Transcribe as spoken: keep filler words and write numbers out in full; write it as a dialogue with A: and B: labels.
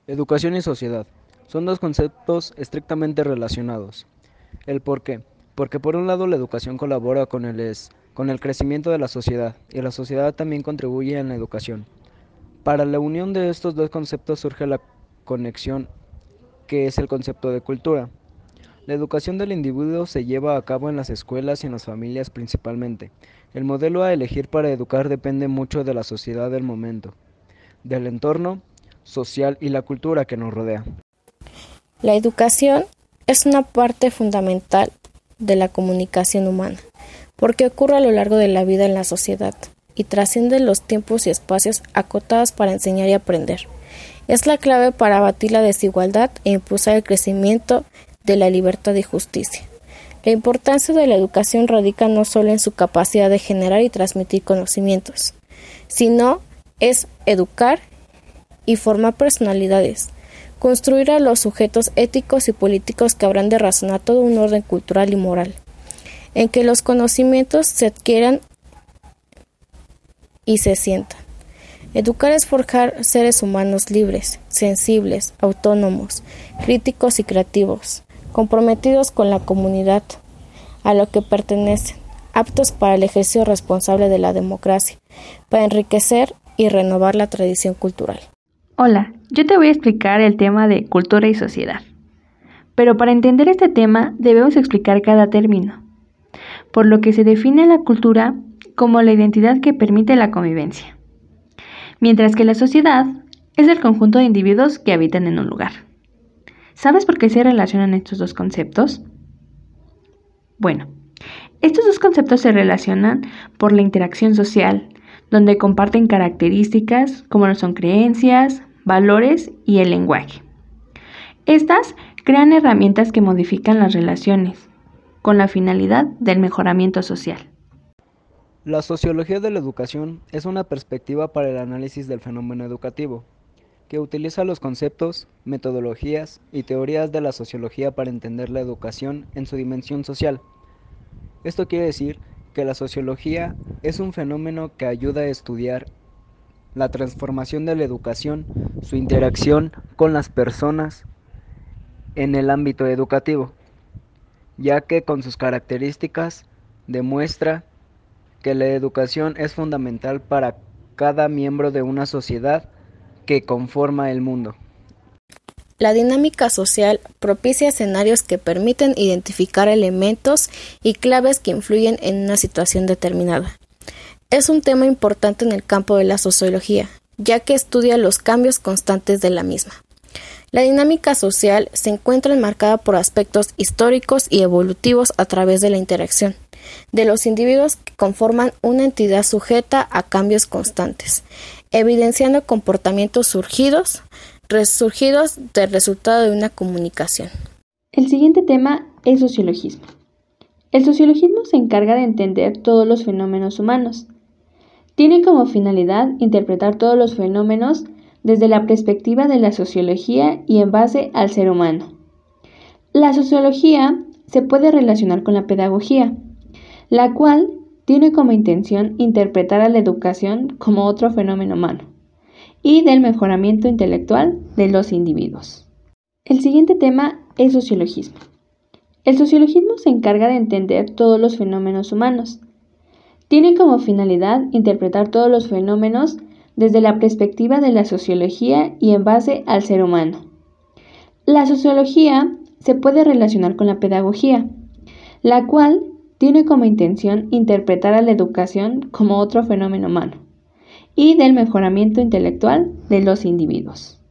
A: Educación y sociedad son dos conceptos estrictamente relacionados. ¿El por qué? Porque por un lado la educación colabora con el, es- con el crecimiento de la sociedad y la sociedad también contribuye en la educación. Para la unión de estos dos conceptos surge la conexión que es el concepto de cultura. La educación del individuo se lleva a cabo en las escuelas y en las familias principalmente. El modelo a elegir para educar depende mucho de la sociedad del momento, del entorno social y la cultura que nos rodea.
B: La educación es una parte fundamental de la comunicación humana, porque ocurre a lo largo de la vida en la sociedad y trasciende los tiempos y espacios acotados para enseñar y aprender. Es la clave para abatir la desigualdad e impulsar el crecimiento de la libertad y justicia. La importancia de la educación radica no solo en su capacidad de generar y transmitir conocimientos, sino es educar y formar personalidades, construir a los sujetos éticos y políticos que habrán de razonar todo un orden cultural y moral, en que los conocimientos se adquieran y se sientan. Educar es forjar seres humanos libres, sensibles, autónomos, críticos y creativos, comprometidos con la comunidad a lo que pertenecen, aptos para el ejercicio responsable de la democracia, para enriquecer y renovar la tradición cultural.
C: Hola, yo te voy a explicar el tema de cultura y sociedad. Pero para entender este tema debemos explicar cada término, por lo que se define la cultura como la identidad que permite la convivencia, mientras que la sociedad es el conjunto de individuos que habitan en un lugar. ¿Sabes por qué se relacionan estos dos conceptos? Bueno, estos dos conceptos se relacionan por la interacción social, donde comparten características como lo son creencias, valores y el lenguaje. Estas crean herramientas que modifican las relaciones, con la finalidad del mejoramiento social.
A: La sociología de la educación es una perspectiva para el análisis del fenómeno educativo, que utiliza los conceptos, metodologías y teorías de la sociología para entender la educación en su dimensión social. Esto quiere decir que la sociología es un fenómeno que ayuda a estudiar la transformación de la educación, su interacción con las personas en el ámbito educativo, ya que con sus características demuestra que la educación es fundamental para cada miembro de una sociedad que conforma el mundo.
B: La dinámica social propicia escenarios que permiten identificar elementos y claves que influyen en una situación determinada. Es un tema importante en el campo de la sociología, ya que estudia los cambios constantes de la misma. La dinámica social se encuentra enmarcada por aspectos históricos y evolutivos a través de la interacción de los individuos que conforman una entidad sujeta a cambios constantes, evidenciando comportamientos surgidos, resurgidos del resultado de una comunicación.
C: El siguiente tema es sociologismo. El sociologismo se encarga de entender todos los fenómenos humanos. Tiene como finalidad interpretar todos los fenómenos desde la perspectiva de la sociología y en base al ser humano. La sociología se puede relacionar con la pedagogía, la cual tiene como intención interpretar a la educación como otro fenómeno humano y del mejoramiento intelectual de los individuos. El siguiente tema es sociologismo. El sociologismo se encarga de entender todos los fenómenos humanos. Tiene como finalidad interpretar todos los fenómenos desde la perspectiva de la sociología y en base al ser humano. La sociología se puede relacionar con la pedagogía, la cual tiene como intención interpretar a la educación como otro fenómeno humano y del mejoramiento intelectual de los individuos.